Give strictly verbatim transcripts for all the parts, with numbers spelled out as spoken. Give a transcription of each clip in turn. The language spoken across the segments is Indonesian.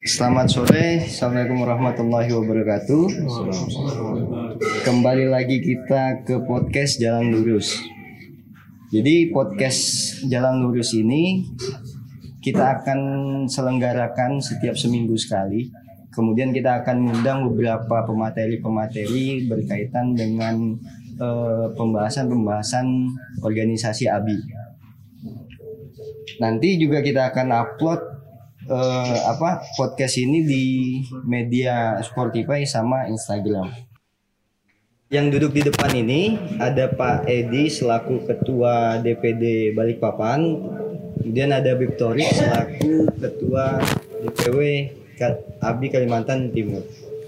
Selamat sore, Assalamualaikum warahmatullahi wabarakatuh. Kembali lagi kita ke podcast Jalan Lurus. Jadi podcast Jalan Lurus ini kita akan selenggarakan setiap seminggu sekali. Kemudian kita akan mengundang beberapa pemateri-pemateri berkaitan dengan eh, pembahasan-pembahasan organisasi A B I. Nanti juga kita akan upload Uh, apa podcast ini di media Spotify sama Instagram. Yang duduk di depan ini ada Pak Edi selaku Ketua D P D Balikpapan, kemudian ada Victory selaku Ketua D P W A B I Kalimantan Timur.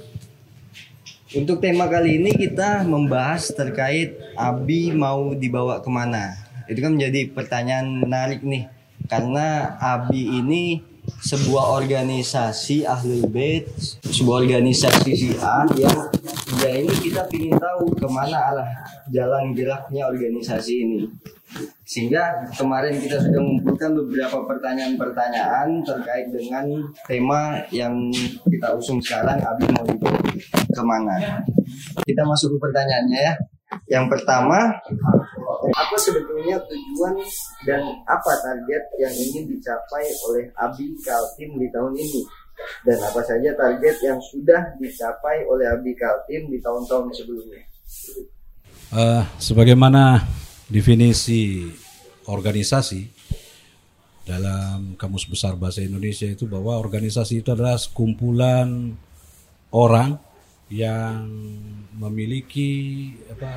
Untuk tema kali ini kita membahas terkait A B I mau dibawa kemana. Itu kan menjadi pertanyaan menarik nih, karena A B I ini sebuah organisasi Ahlul Bait, sebuah organisasi Syiah yang ya ini kita ingin tahu kemana arah jalan geraknya organisasi ini. Sehingga kemarin kita sudah mengumpulkan beberapa pertanyaan-pertanyaan terkait dengan tema yang kita usung sekarang, A B I mau dibawa kemana. Kita masuk ke pertanyaannya ya. Yang pertama, apa sebetulnya tujuan dan apa target yang ingin dicapai oleh A B I Kaltim di tahun ini? Dan apa saja target yang sudah dicapai oleh A B I Kaltim di tahun-tahun sebelumnya? Uh, sebagaimana definisi organisasi dalam Kamus Besar Bahasa Indonesia itu, bahwa organisasi itu adalah sekumpulan orang yang memiliki apa,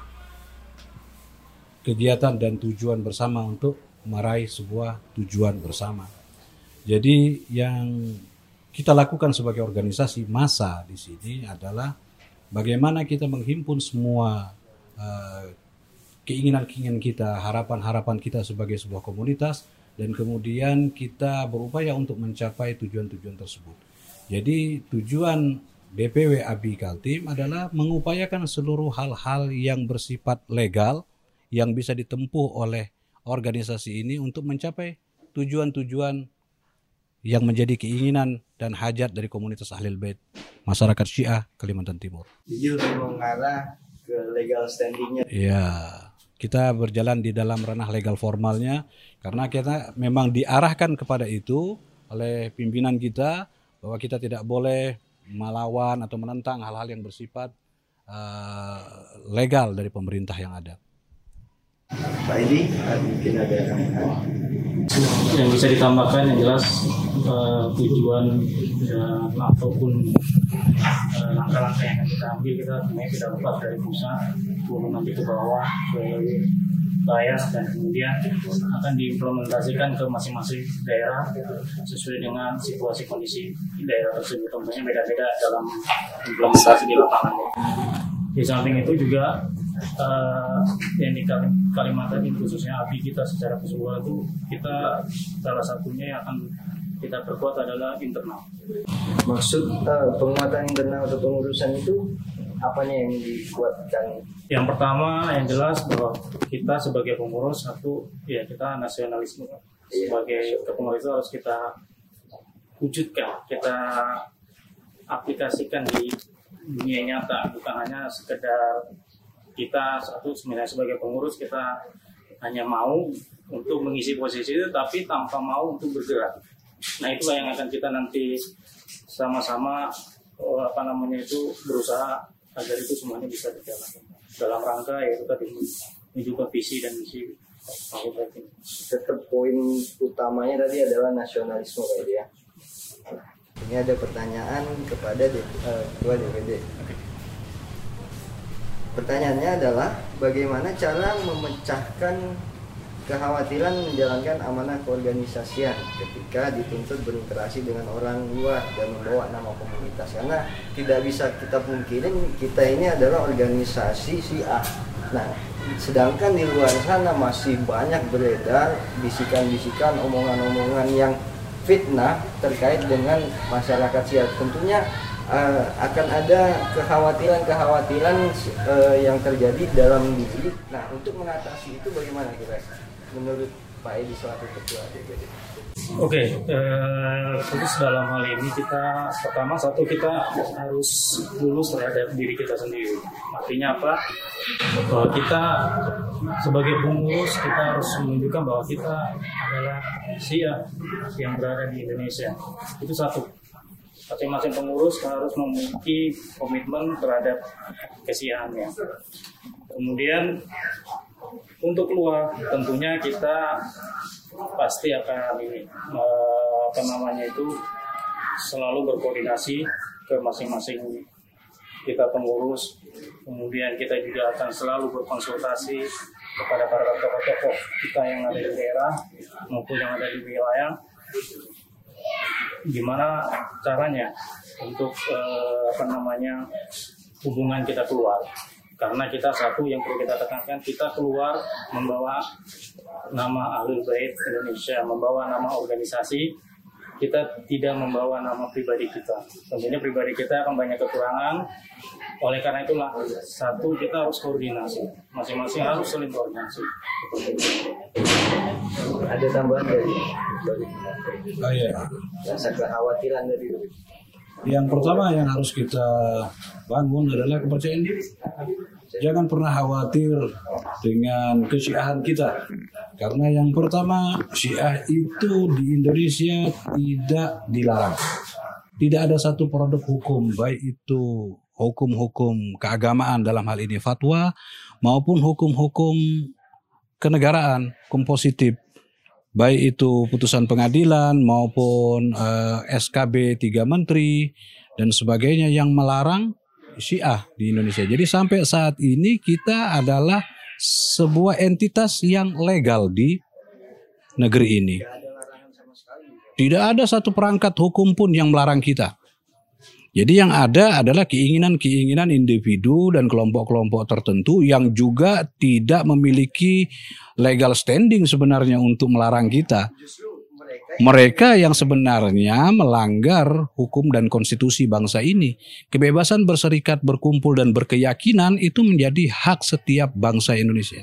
kegiatan dan tujuan bersama untuk meraih sebuah tujuan bersama. Jadi yang kita lakukan sebagai organisasi massa di sini adalah bagaimana kita menghimpun semua uh, keinginan-keinginan kita, harapan-harapan kita sebagai sebuah komunitas, dan kemudian kita berupaya untuk mencapai tujuan-tujuan tersebut. Jadi tujuan D P W A B I Kaltim adalah mengupayakan seluruh hal-hal yang bersifat legal yang bisa ditempuh oleh organisasi ini untuk mencapai tujuan-tujuan yang menjadi keinginan dan hajat dari komunitas Ahlul Bait masyarakat Syiah Kalimantan Timur. Jadi lebih mengarah ke legal standingnya. Ya, kita berjalan di dalam ranah legal formalnya karena kita memang diarahkan kepada itu oleh pimpinan kita, bahwa kita tidak boleh melawan atau menentang hal-hal yang bersifat uh, legal dari pemerintah yang ada. Pak Edi, mungkin ada tambahan? Yang bisa ditambahkan yang jelas uh, tujuan uh, ataupun uh, langkah-langkah yang akan kita ambil, kita sebenarnya tidak lepas dari pusat turun nanti ke bawah ke daerah, dan kemudian akan diimplementasikan ke masing-masing daerah sesuai dengan situasi kondisi daerah tersebut. Tentunya beda-beda dalam implementasi di lapangan. Di samping itu juga uh, yang di Kalimantan ini khususnya A B I kita secara keseluruhan itu, kita salah satunya yang akan kita perkuat adalah internal. Maksud uh, penguatan internal atau pengurusan itu apanya yang dikuatkan? Yang pertama yang jelas bahwa kita sebagai pengurus, satu ya kita nasionalisme. Sebagai pengurus itu harus kita wujudkan, kita aplikasikan di dunia nyata, bukan hanya sekedar kita satu sebenarnya sebagai pengurus kita hanya mau untuk mengisi posisi itu, tapi tanpa mau untuk bergerak. Nah, itulah yang akan kita nanti sama-sama apa namanya itu berusaha agar itu semuanya bisa berjalan dalam rangka yaitu tadi ini juga visi dan misi Ahlul Bait ini. Tetap poin utamanya tadi adalah nasionalisme, Pak ya. Ini ada pertanyaan kepada uh, Ketua D P D. Pertanyaannya adalah bagaimana cara memecahkan kekhawatiran menjalankan amanah keorganisasian ketika dituntut berinteraksi dengan orang luar dan membawa nama komunitas, karena tidak bisa kita pungkirin kita ini adalah organisasi Syiah. Nah, sedangkan di luar sana masih banyak beredar bisikan-bisikan, omongan-omongan yang fitnah terkait dengan masyarakat Syiah. Tentunya uh, akan ada kekhawatiran-kekhawatiran uh, yang terjadi dalam diri. Nah, untuk mengatasi itu bagaimana kira-kira menurut Pak Edi selaku Ketua D P D? Oke, eh, terus dalam hal ini kita pertama satu kita harus lulus terhadap diri kita sendiri. Artinya apa? Bahwa kita sebagai pengurus kita harus menunjukkan bahwa kita adalah Syiah yang berada di Indonesia. Itu satu. Masing-masing pengurus harus memiliki komitmen terhadap kesiahannya. Kemudian untuk keluar tentunya kita pasti akan ini eh, apa namanya itu selalu berkoordinasi ke masing-masing kita pengurus. Kemudian kita juga akan selalu berkonsultasi kepada para tokoh-tokoh kita yang ada di daerah maupun yang ada di wilayah, gimana caranya untuk eh, apa namanya hubungan kita keluar. Karena kita satu yang perlu kita tekankan, kita keluar membawa nama Ahlul Bait Indonesia, membawa nama organisasi, kita tidak membawa nama pribadi kita. Tentunya pribadi kita akan banyak kekurangan, oleh karena itulah satu kita harus koordinasi, masing-masing harus saling koordinasi. Ada tambahan dari Oh, iya. rasa kekhawatiran dari Yang pertama yang harus kita bangun adalah kepercayaan diri. Jangan pernah khawatir dengan kesyiahan kita. Karena yang pertama, Syiah itu di Indonesia tidak dilarang. Tidak ada satu produk hukum, baik itu hukum-hukum keagamaan dalam hal ini fatwa, maupun hukum-hukum kenegaraan, hukum positif. Baik itu putusan pengadilan maupun eh, S K B tiga menteri dan sebagainya yang melarang Syiah di Indonesia. Jadi sampai saat ini kita adalah sebuah entitas yang legal di negeri ini. Tidak ada satu perangkat hukum pun yang melarang kita. Jadi yang ada adalah keinginan-keinginan individu dan kelompok-kelompok tertentu yang juga tidak memiliki legal standing sebenarnya untuk melarang kita. Mereka yang sebenarnya melanggar hukum dan konstitusi bangsa ini. Kebebasan berserikat, berkumpul, dan berkeyakinan itu menjadi hak setiap bangsa Indonesia.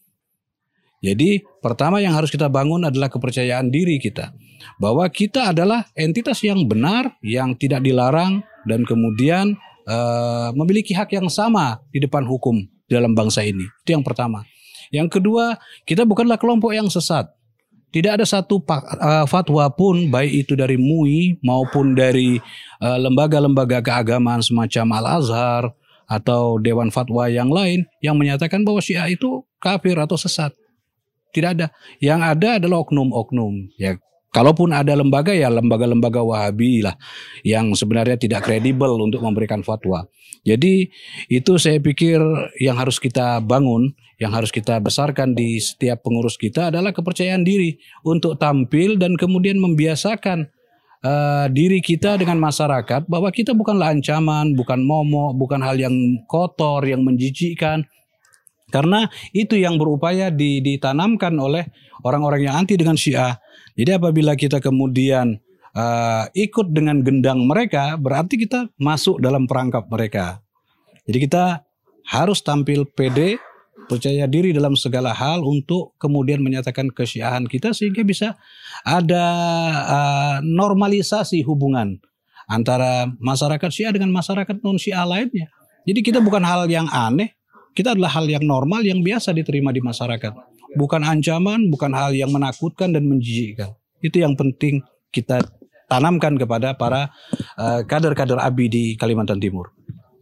Jadi pertama yang harus kita bangun adalah kepercayaan diri kita. Bahwa kita adalah entitas yang benar, yang tidak dilarang, dan kemudian uh, memiliki hak yang sama di depan hukum dalam bangsa ini. Itu yang pertama. Yang kedua, kita bukanlah kelompok yang sesat. Tidak ada satu uh, fatwa pun, baik itu dari M U I maupun dari uh, lembaga-lembaga keagamaan semacam Al-Azhar atau Dewan Fatwa yang lain yang menyatakan bahwa Syiah itu kafir atau sesat. Tidak ada. Yang ada adalah oknum-oknum. Ya, kalaupun ada lembaga, ya lembaga-lembaga Wahabi lah yang sebenarnya tidak kredibel untuk memberikan fatwa. Jadi itu saya pikir yang harus kita bangun, yang harus kita besarkan di setiap pengurus kita adalah kepercayaan diri untuk tampil dan kemudian membiasakan uh, diri kita dengan masyarakat bahwa kita bukanlah ancaman, bukan momok, bukan hal yang kotor, yang menjijikkan. Karena itu yang berupaya ditanamkan oleh orang-orang yang anti dengan Syiah. Jadi apabila kita kemudian uh, ikut dengan gendang mereka, berarti kita masuk dalam perangkap mereka. Jadi kita harus tampil pede, percaya diri dalam segala hal untuk kemudian menyatakan kesyiahan kita sehingga bisa ada uh, normalisasi hubungan antara masyarakat Syiah dengan masyarakat non-Syiah lainnya. Jadi kita bukan hal yang aneh. Kita adalah hal yang normal yang biasa diterima di masyarakat. Bukan ancaman, bukan hal yang menakutkan dan menjijikkan. Itu yang penting kita tanamkan kepada para uh, kader-kader A B I di Kalimantan Timur.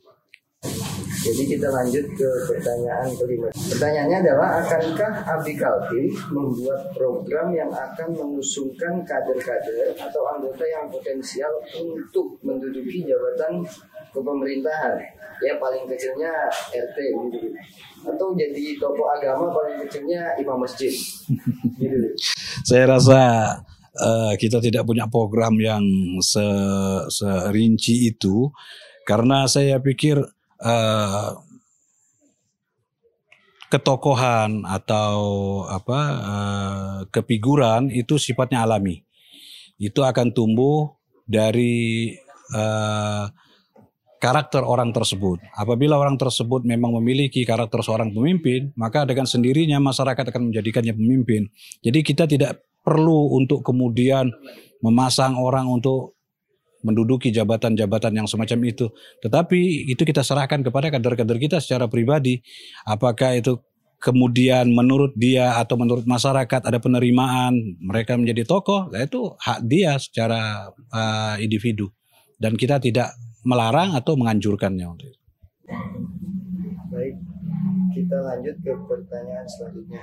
Jadi kita lanjut ke pertanyaan kelima. Pertanyaannya adalah, akankah A B I Kaltim membuat program yang akan mengusungkan kader-kader atau anggota yang potensial untuk menduduki jabatan kepemerintahan? Ya paling kecilnya R T gitu, atau jadi tokoh agama paling kecilnya imam masjid gitu. Saya rasa uh, kita tidak punya program yang se serinci itu, karena saya pikir uh, ketokohan atau apa uh, kefiguran itu sifatnya alami. Itu akan tumbuh dari uh, karakter orang tersebut. Apabila orang tersebut memang memiliki karakter seorang pemimpin, maka dengan sendirinya masyarakat akan menjadikannya pemimpin. Jadi kita tidak perlu untuk kemudian memasang orang untuk menduduki jabatan-jabatan yang semacam itu. Tetapi itu kita serahkan kepada kader-kader kita secara pribadi. Apakah itu kemudian menurut dia atau menurut masyarakat ada penerimaan mereka menjadi tokoh, itu hak dia secara uh, individu. Dan kita tidak melarang atau menganjurkannya. Baik, kita lanjut ke pertanyaan selanjutnya.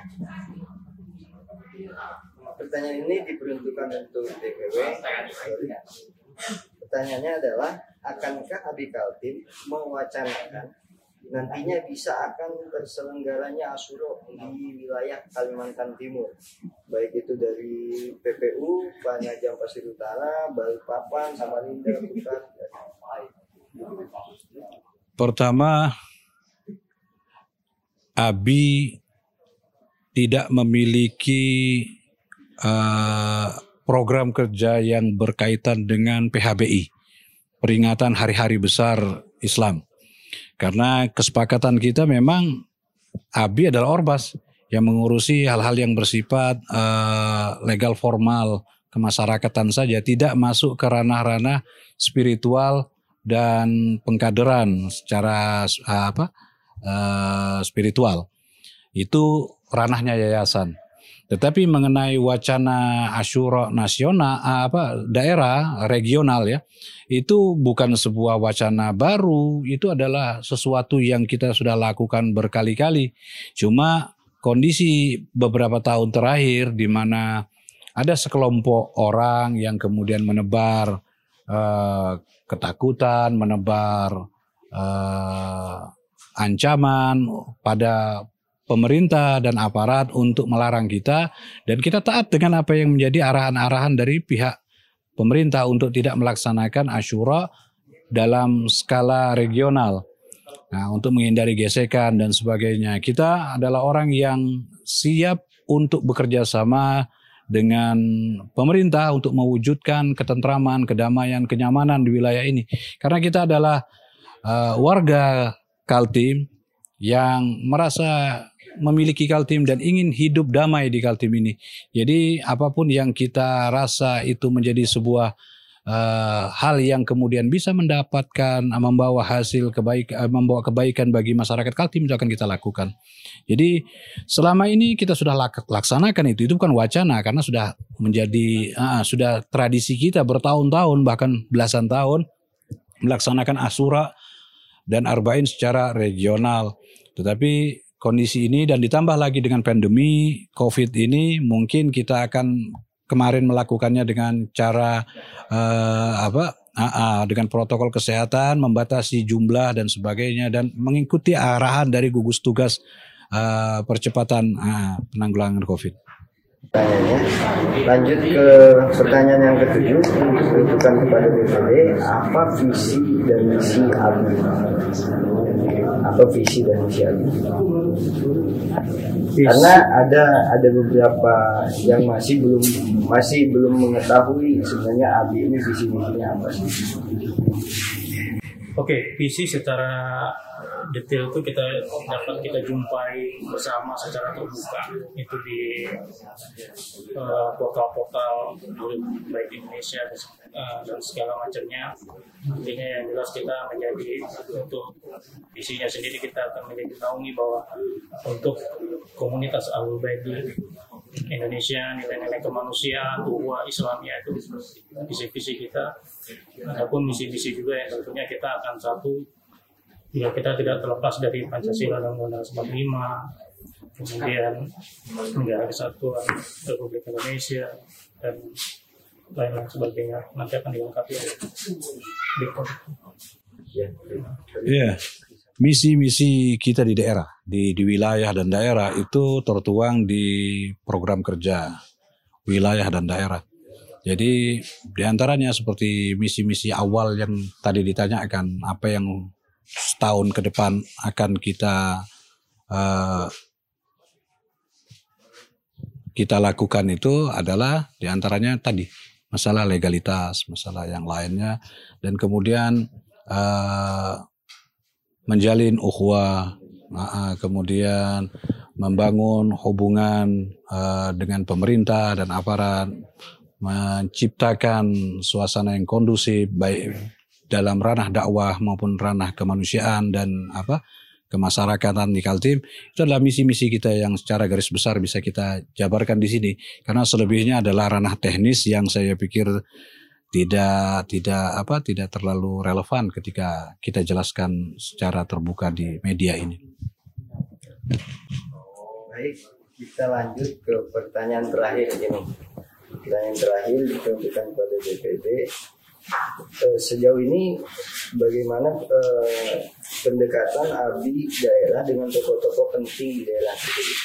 Pertanyaan ini diperuntukkan untuk D P W. Pertanyaannya adalah, akankah Abi Kaltim mewacanakan nantinya bisa akan terselenggaranya Asyura di wilayah Kalimantan Timur, baik itu dari P P U, Penajam Pasir Utara, Balikpapan, Samarinda, Bukan, dan lain. Pertama, Abi tidak memiliki uh, program kerja yang berkaitan dengan P H B I, peringatan hari-hari besar Islam. Karena kesepakatan kita memang Abi adalah Orbas yang mengurusi hal-hal yang bersifat uh, legal formal kemasyarakatan saja, tidak masuk ke ranah-ranah spiritual dan pengkaderan secara uh, apa uh, spiritual. Itu ranahnya yayasan. Tetapi mengenai wacana Asyura nasional, apa daerah regional ya, itu bukan sebuah wacana baru, itu adalah sesuatu yang kita sudah lakukan berkali-kali. Cuma kondisi beberapa tahun terakhir di mana ada sekelompok orang yang kemudian menebar uh, ketakutan, menebar uh, ancaman pada pemerintah dan aparat untuk melarang kita, dan kita taat dengan apa yang menjadi arahan-arahan dari pihak pemerintah untuk tidak melaksanakan Asyura dalam skala regional. Nah, untuk menghindari gesekan dan sebagainya. Kita adalah orang yang siap untuk bekerja sama dengan pemerintah untuk mewujudkan ketentraman, kedamaian, kenyamanan di wilayah ini. Karena kita adalah uh, warga Kaltim yang merasa memiliki Kaltim dan ingin hidup damai di Kaltim ini. Jadi apapun yang kita rasa itu menjadi sebuah uh, hal yang kemudian bisa mendapatkan, membawa hasil kebaikan, membawa kebaikan bagi masyarakat Kaltim, itu akan kita lakukan. Jadi selama ini kita sudah laksanakan itu, itu bukan wacana karena sudah menjadi uh, sudah tradisi kita bertahun-tahun bahkan belasan tahun melaksanakan Asyura dan Arba'in secara regional. Tetapi kondisi ini dan ditambah lagi dengan pandemi COVID ini, mungkin kita akan kemarin melakukannya dengan cara uh, apa? Uh, uh, dengan protokol kesehatan, membatasi jumlah dan sebagainya, dan mengikuti arahan dari gugus tugas uh, percepatan uh, penanggulangan COVID. Pertanyaannya, lanjut ke pertanyaan yang ketujuh, diperuntukkan kepada D P D, apa visi dan misi Abi? Apa visi dan misi Abi? Karena ada ada beberapa yang masih belum masih belum mengetahui sebenarnya Abi ini visi misinya apa sih? Oke, visi secara detail itu kita dapat kita jumpai bersama secara terbuka itu di uh, portal-portal baik Indonesia uh, dan segala macamnya. Intinya yang jelas kita menjadi untuk visinya sendiri, kita akan menjadi naungi bahwa untuk komunitas Ahlul Bait di Indonesia, nilai-nilai kemanusiaan, ukhuwah Islamiyah itu visi-visi kita. Adapun misi-misi juga yang tentunya kita akan satu, ya kita tidak terlepas dari Pancasila dan Undang-Undang empat puluh lima, kemudian Negara Kesatuan Republik Indonesia dan lain-lain sebagainya. Nanti akan dilengkapi oleh Bikon. Iya, misi-misi kita di daerah, di, di wilayah dan daerah itu tertuang di program kerja wilayah dan daerah. Jadi diantaranya seperti misi-misi awal yang tadi ditanyakan, apa yang setahun ke depan akan kita uh, kita lakukan itu adalah diantaranya tadi masalah legalitas, masalah yang lainnya, dan kemudian uh, menjalin ukhuwah, uh, kemudian membangun hubungan uh, dengan pemerintah dan aparat, menciptakan suasana yang kondusif baik dalam ranah dakwah maupun ranah kemanusiaan dan apa kemasyarakatan di Kaltim. Itu adalah misi-misi kita yang secara garis besar bisa kita jabarkan di sini. Karena selebihnya adalah ranah teknis yang saya pikir tidak tidak apa tidak terlalu relevan ketika kita jelaskan secara terbuka di media ini. Baik, kita lanjut ke pertanyaan terakhir ini. Pertanyaan terakhir ditentukan pada D P D. Eh, sejauh ini bagaimana eh, pendekatan A B I daerah dengan tokoh-tokoh penting di daerah tersebut?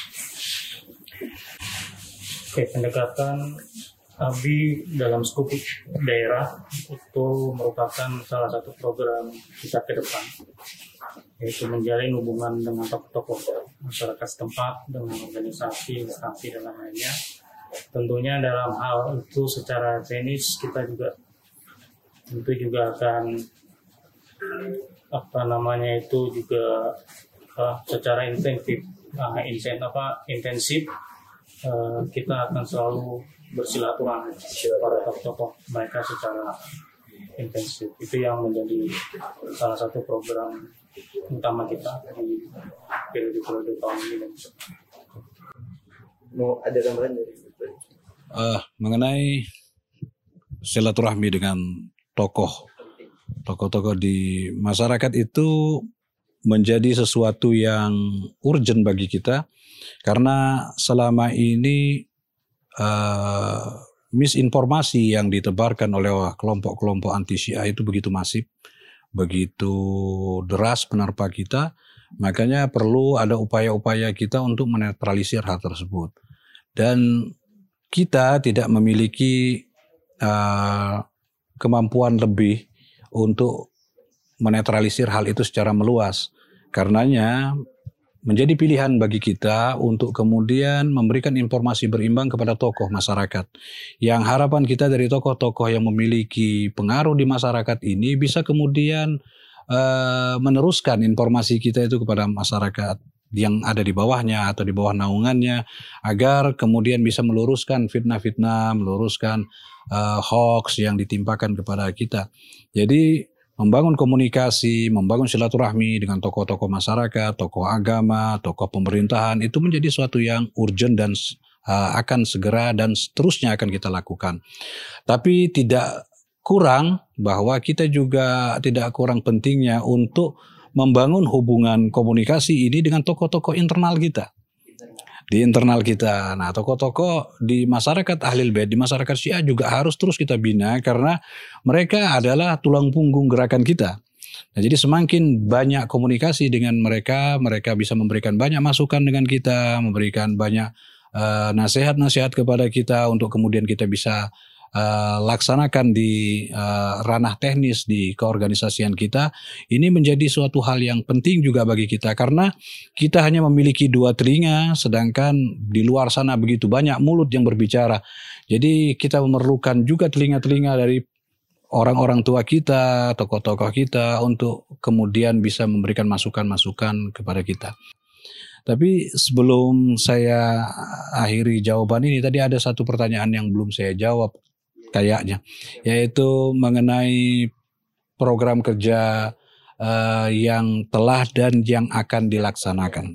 Oke, pendekatan A B I dalam skup daerah itu merupakan salah satu program kita ke depan, yaitu menjalin hubungan dengan tokoh-tokoh masyarakat setempat, dengan organisasi, instansi, dan lain-lainnya. Tentunya dalam hal itu secara teknis kita juga tentu juga akan apa namanya itu juga uh, secara intensif, uh, insen, apa, intensif uh, kita akan selalu bersilaturahmi para tokoh mereka secara intensif. Itu yang menjadi salah satu program utama kita di periode-periode tahun ini. Mau ada gambaran dari itu? Uh, mengenai silaturahmi dengan tokoh tokoh-tokoh di masyarakat itu menjadi sesuatu yang urgent bagi kita karena selama ini uh, misinformasi yang ditebarkan oleh kelompok-kelompok anti Syiah itu begitu masif, begitu deras menerpa kita, makanya perlu ada upaya-upaya kita untuk menetralisir hal tersebut. Dan kita tidak memiliki uh, kemampuan lebih untuk menetralisir hal itu secara meluas. Karenanya menjadi pilihan bagi kita untuk kemudian memberikan informasi berimbang kepada tokoh masyarakat. Yang harapan kita dari tokoh-tokoh yang memiliki pengaruh di masyarakat ini bisa kemudian uh, meneruskan informasi kita itu kepada masyarakat yang ada di bawahnya atau di bawah naungannya, agar kemudian bisa meluruskan fitnah-fitnah, meluruskan uh, hoax yang ditimpakan kepada kita. Jadi membangun komunikasi, membangun silaturahmi dengan tokoh-tokoh masyarakat, tokoh agama, tokoh pemerintahan itu menjadi suatu yang urgent dan uh, akan segera dan seterusnya akan kita lakukan. Tapi tidak kurang bahwa kita juga tidak kurang pentingnya untuk membangun hubungan komunikasi ini dengan tokoh-tokoh internal kita. Di internal kita. Nah, tokoh-tokoh di masyarakat Ahlul Bait, di masyarakat Syiah juga harus terus kita bina karena mereka adalah tulang punggung gerakan kita. Nah, jadi semakin banyak komunikasi dengan mereka, mereka bisa memberikan banyak masukan dengan kita, memberikan banyak uh, nasihat-nasihat kepada kita untuk kemudian kita bisa Uh, laksanakan di uh, ranah teknis di keorganisasian kita. Ini menjadi suatu hal yang penting juga bagi kita karena kita hanya memiliki dua telinga sedangkan di luar sana begitu banyak mulut yang berbicara. Jadi kita memerlukan juga telinga-telinga dari orang-orang tua kita, tokoh-tokoh kita untuk kemudian bisa memberikan masukan-masukan kepada kita. Tapi sebelum saya akhiri jawaban ini, tadi ada satu pertanyaan yang belum saya jawab kayaknya, yaitu mengenai program kerja uh, yang telah dan yang akan dilaksanakan.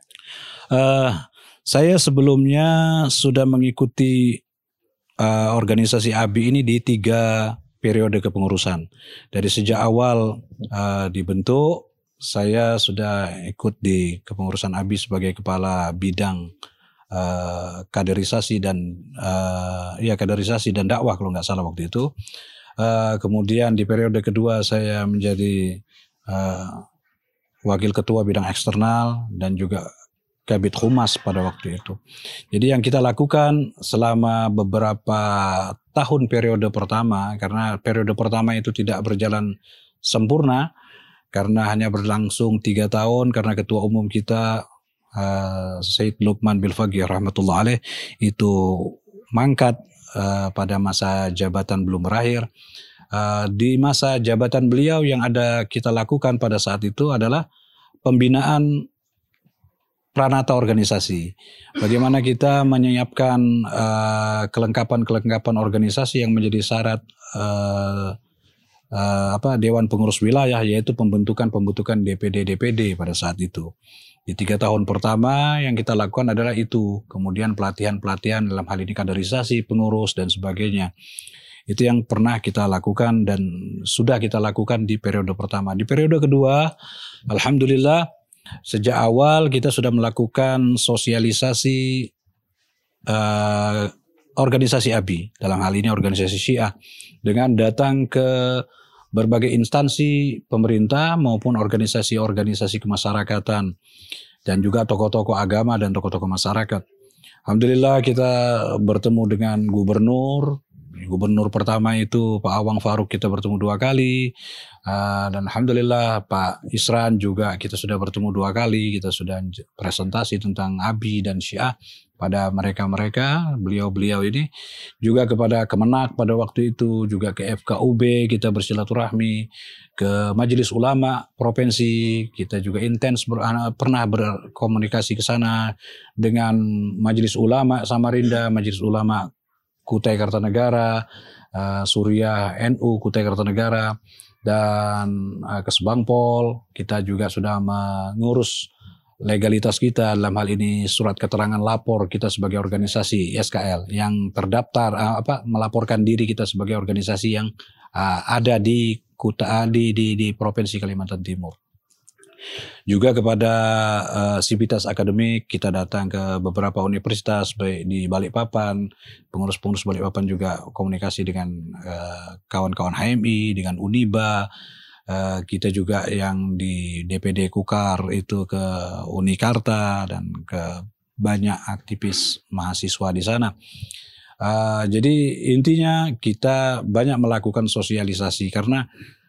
Uh, saya sebelumnya sudah mengikuti uh, organisasi A B I ini di tiga periode kepengurusan. Dari sejak awal uh, dibentuk, saya sudah ikut di kepengurusan A B I sebagai kepala bidang Uh, kaderisasi dan uh, ya kaderisasi dan dakwah kalau nggak salah waktu itu. Uh, kemudian di periode kedua saya menjadi uh, wakil ketua bidang eksternal dan juga Kabid Humas pada waktu itu. Jadi yang kita lakukan selama beberapa tahun periode pertama, karena periode pertama itu tidak berjalan sempurna karena hanya berlangsung tiga tahun karena ketua umum kita Uh, Said Luqman Bilfaqih rahmatullah alaih itu mangkat uh, pada masa jabatan belum berakhir. Uh, di masa jabatan beliau yang ada kita lakukan pada saat itu adalah pembinaan pranata organisasi. Bagaimana kita menyiapkan uh, kelengkapan-kelengkapan organisasi yang menjadi syarat uh, uh, apa Dewan Pengurus Wilayah, yaitu pembentukan-pembentukan D P D D P D pada saat itu. Di tiga tahun pertama yang kita lakukan adalah itu. Kemudian pelatihan-pelatihan dalam hal ini kaderisasi, pengurus, dan sebagainya. Itu yang pernah kita lakukan dan sudah kita lakukan di periode pertama. Di periode kedua, alhamdulillah, sejak awal kita sudah melakukan sosialisasi uh, organisasi A B I. Dalam hal ini organisasi Syiah. Dengan datang ke berbagai instansi pemerintah maupun organisasi-organisasi kemasyarakatan dan juga tokoh-tokoh agama dan tokoh-tokoh masyarakat. Alhamdulillah kita bertemu dengan gubernur. Gubernur pertama itu Pak Awang Faruk kita bertemu dua kali. Uh, dan alhamdulillah Pak Isran juga kita sudah bertemu dua kali. Kita sudah presentasi tentang A B I dan Syiah pada mereka-mereka, beliau-beliau ini, juga kepada Kemenak pada waktu itu, juga ke F K U B kita bersilaturahmi, ke Majelis Ulama Provinsi kita juga intens ber, pernah berkomunikasi ke sana dengan Majelis Ulama Samarinda, Majelis Ulama Kutai Kartanegara, uh, Suriah N U Kutai Kartanegara, dan uh, ke Sebangpol. Kita juga sudah mengurus legalitas kita, dalam hal ini surat keterangan lapor kita sebagai organisasi S K L yang terdaftar uh, apa melaporkan diri kita sebagai organisasi yang uh, ada di Kuta di, di di Provinsi Kalimantan Timur. Juga kepada uh, Sivitas Akademik kita datang ke beberapa universitas baik di Balikpapan, pengurus-pengurus Balikpapan juga komunikasi dengan uh, kawan-kawan H M I, dengan Uniba. Uh, kita juga yang di D P D Kukar itu ke Unikarta dan ke banyak aktivis mahasiswa di sana. Uh, jadi intinya kita banyak melakukan sosialisasi karena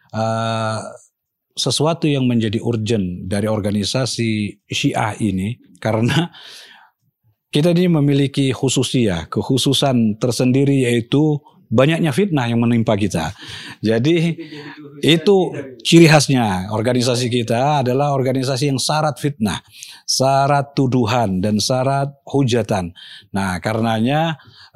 uh, sesuatu yang menjadi urgent dari organisasi Syiah ini karena kita ini memiliki khususiyah, kekhususan tersendiri yaitu banyaknya fitnah yang menimpa kita. Jadi itu ciri khasnya organisasi kita adalah organisasi yang syarat fitnah, syarat tuduhan dan syarat hujatan. Nah, karenanya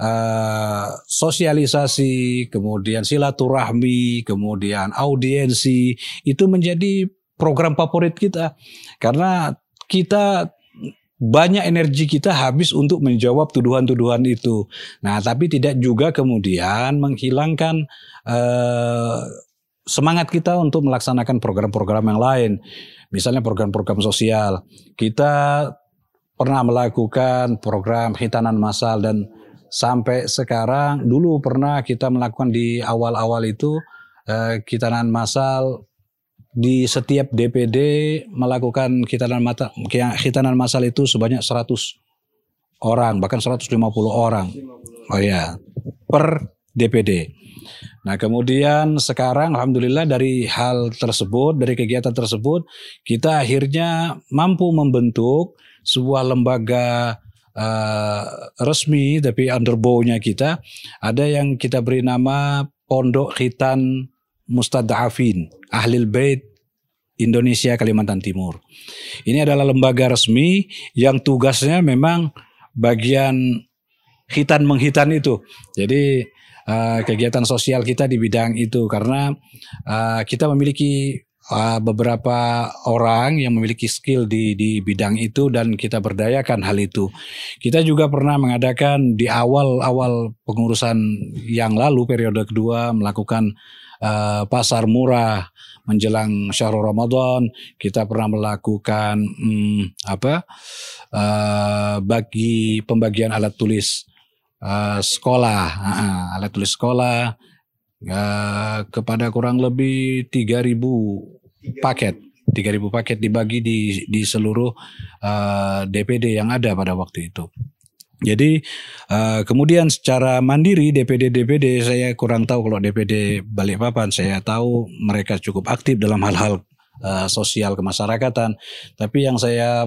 uh, sosialisasi, kemudian silaturahmi, kemudian audiensi itu menjadi program favorit kita karena kita banyak energi kita habis untuk menjawab tuduhan-tuduhan itu. Nah, tapi tidak juga kemudian menghilangkan eh, semangat kita untuk melaksanakan program-program yang lain. Misalnya program-program sosial. Kita pernah melakukan program khitanan massal dan sampai sekarang dulu pernah kita melakukan di awal-awal itu eh, khitanan massal. Di setiap D P D melakukan khitanan mata, khitanan massal itu sebanyak seratus orang, bahkan seratus lima puluh orang. Oh ya, per D P D. Nah, kemudian sekarang alhamdulillah dari hal tersebut, dari kegiatan tersebut, kita akhirnya mampu membentuk sebuah lembaga uh, resmi tapi underbow-nya kita ada yang kita beri nama Pondok Khitan Mustad'afin Ahlil Bait Indonesia Kalimantan Timur. Ini adalah lembaga resmi yang tugasnya memang bagian khitan menghitan itu. Jadi uh, kegiatan sosial kita di bidang itu karena uh, kita memiliki uh, beberapa orang yang memiliki skill di di bidang itu dan kita berdayakan hal itu. Kita juga pernah mengadakan di awal-awal pengurusan yang lalu periode kedua melakukan Uh, pasar murah menjelang Syahrul Ramadan. Kita pernah melakukan hmm, apa uh, bagi pembagian alat tulis uh, sekolah, uh, alat tulis sekolah uh, kepada kurang lebih tiga ribu paket, tiga ribu paket dibagi di di seluruh uh, D P D yang ada pada waktu itu. Jadi uh, kemudian secara mandiri D P D D P D saya kurang tahu kalau D P D Balikpapan saya tahu mereka cukup aktif dalam hal-hal uh, sosial kemasyarakatan. Tapi yang saya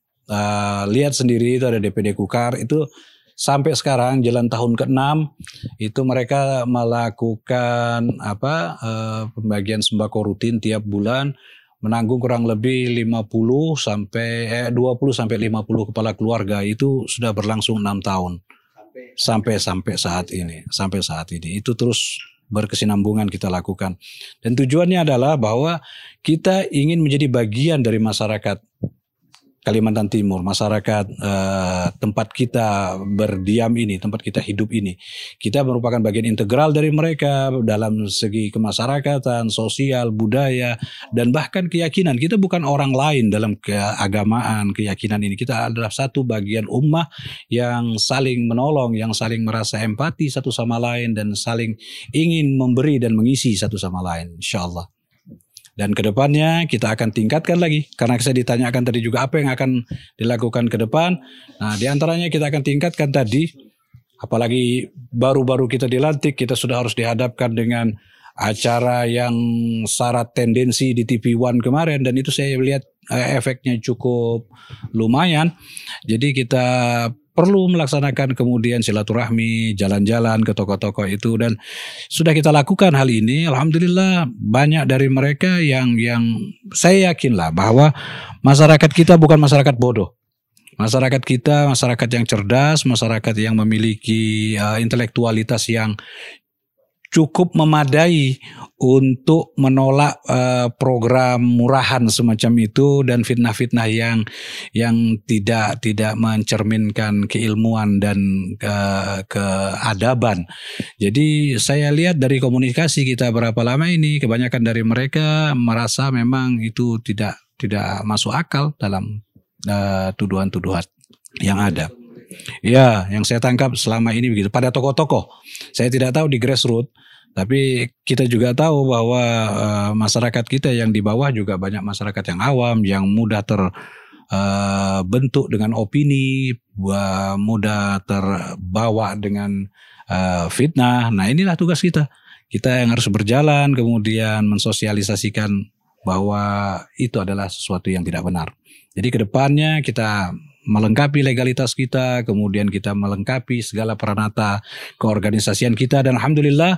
uh, lihat sendiri itu ada D P D Kukar itu sampai sekarang jalan tahun keenam itu mereka melakukan apa uh, pembagian sembako rutin tiap bulan menanggung kurang lebih lima puluh sampai eh, dua puluh sampai lima puluh kepala keluarga. Itu sudah berlangsung enam tahun sampai sampai saat ini, sampai saat ini itu terus berkesinambungan kita lakukan. Dan tujuannya adalah bahwa kita ingin menjadi bagian dari masyarakat Kalimantan Timur, masyarakat eh, tempat kita berdiam ini, tempat kita hidup ini. Kita merupakan bagian integral dari mereka dalam segi kemasyarakatan, sosial, budaya, dan bahkan keyakinan. Kita bukan orang lain dalam keagamaan, keyakinan ini. Kita adalah satu bagian ummah yang saling menolong, yang saling merasa empati satu sama lain, dan saling ingin memberi dan mengisi satu sama lain, insyaallah. Dan kedepannya kita akan tingkatkan lagi, karena saya ditanyakan tadi juga apa yang akan dilakukan ke depan. Nah, diantaranya kita akan tingkatkan tadi, apalagi baru-baru kita dilantik, kita sudah harus dihadapkan dengan acara yang syarat tendensi di T V One kemarin, dan itu saya lihat eh, efeknya cukup lumayan. Jadi kita perlu melaksanakan kemudian silaturahmi, jalan-jalan ke tokoh-tokoh itu, dan sudah kita lakukan hal ini. Alhamdulillah banyak dari mereka yang yang saya yakinlah bahwa masyarakat kita bukan masyarakat bodoh. Masyarakat kita masyarakat yang cerdas, masyarakat yang memiliki uh, intelektualitas yang cukup memadai untuk menolak uh, program murahan semacam itu dan fitnah-fitnah yang yang tidak tidak mencerminkan keilmuan dan uh, keadaban. Jadi saya lihat dari komunikasi kita berapa lama ini, kebanyakan dari mereka merasa memang itu tidak tidak masuk akal dalam uh, tuduhan-tuduhan yang ada. Ya, yang saya tangkap selama ini begitu. Pada tokoh-tokoh, saya tidak tahu di grassroots, tapi kita juga tahu bahwa uh, masyarakat kita yang di bawah juga banyak masyarakat yang awam, yang mudah terbentuk uh, dengan opini, uh, mudah terbawa dengan uh, fitnah. Nah, inilah tugas kita. Kita yang harus berjalan, kemudian mensosialisasikan bahwa itu adalah sesuatu yang tidak benar. Jadi ke depannya kita melengkapi legalitas kita, kemudian kita melengkapi segala peranata keorganisasian kita, dan alhamdulillah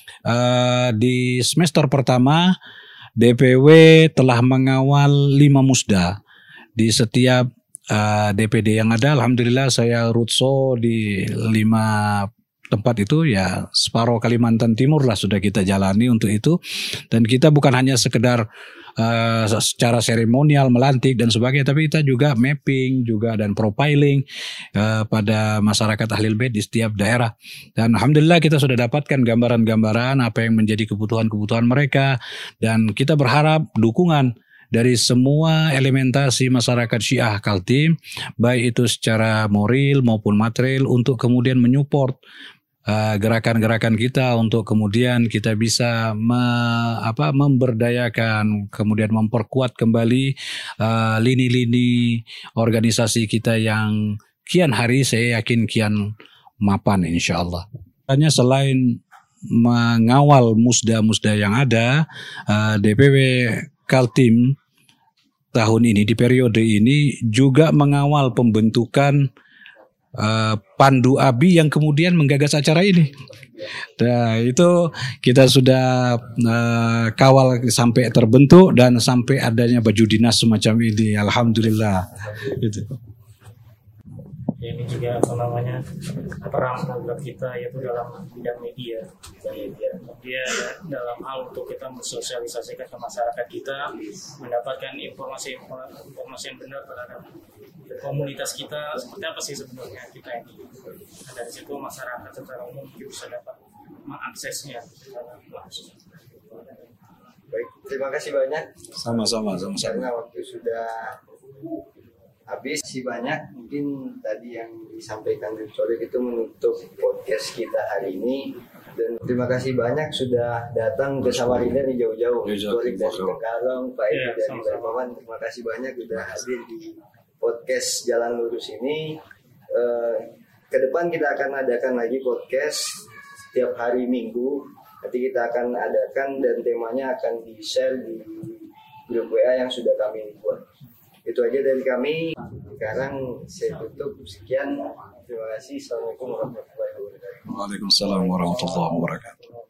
uh, di semester pertama D P W telah mengawal lima musda di setiap uh, D P D yang ada. Alhamdulillah saya rutso di lima tempat itu, ya separuh Kalimantan Timur lah sudah kita jalani untuk itu, dan kita bukan hanya sekedar Uh, secara seremonial melantik dan sebagainya, tapi kita juga mapping juga dan profiling uh, pada masyarakat Ahlul Bait di setiap daerah, dan alhamdulillah kita sudah dapatkan gambaran-gambaran apa yang menjadi kebutuhan-kebutuhan mereka, dan kita berharap dukungan dari semua elementasi masyarakat Syiah Kaltim, baik itu secara moral maupun material, untuk kemudian menyupport Uh, gerakan-gerakan kita untuk kemudian kita bisa me, apa, memberdayakan, kemudian memperkuat kembali uh, lini-lini organisasi kita yang kian hari saya yakin kian mapan insyaallah. Hanya selain mengawal musda-musda yang ada, uh, D P W Kaltim tahun ini di periode ini juga mengawal pembentukan Uh, Pandu Abi yang kemudian menggagas acara ini. Nah, itu kita sudah uh, kawal sampai terbentuk dan sampai adanya baju dinas semacam ini. Alhamdulillah. Gitu. Ini juga apa namanya perang program kita yaitu dalam bidang media. Dia dalam hal untuk kita mensosialisasikan ke masyarakat kita, mendapatkan informasi-informasi yang benar terhadap komunitas kita, seperti apa sih sebenarnya kita ini. Nah, dari situ masyarakat secara umum bisa dapat mengaksesnya langsung. Baik, terima kasih banyak. Sama-sama, sama-sama. Karena waktu sudah habis sih banyak. Mungkin tadi yang disampaikan di sore itu menutup podcast kita hari ini. Dan terima kasih banyak sudah datang ke Samarinda nih jauh-jauh. Sore dari Tengkarong, Pak Edi dari Balikpapan. Terima kasih banyak sudah hadir di podcast Jalan Lurus ini. Uh, ke depan kita akan adakan lagi podcast setiap hari Minggu. Nanti kita akan adakan dan temanya akan di-share di grup W A yang sudah kami buat. Itu aja dari kami. Sekarang saya tutup. Sekian. Terima kasih. Assalamualaikum warahmatullahi wabarakatuh. Waalaikumsalam warahmatullahi wabarakatuh.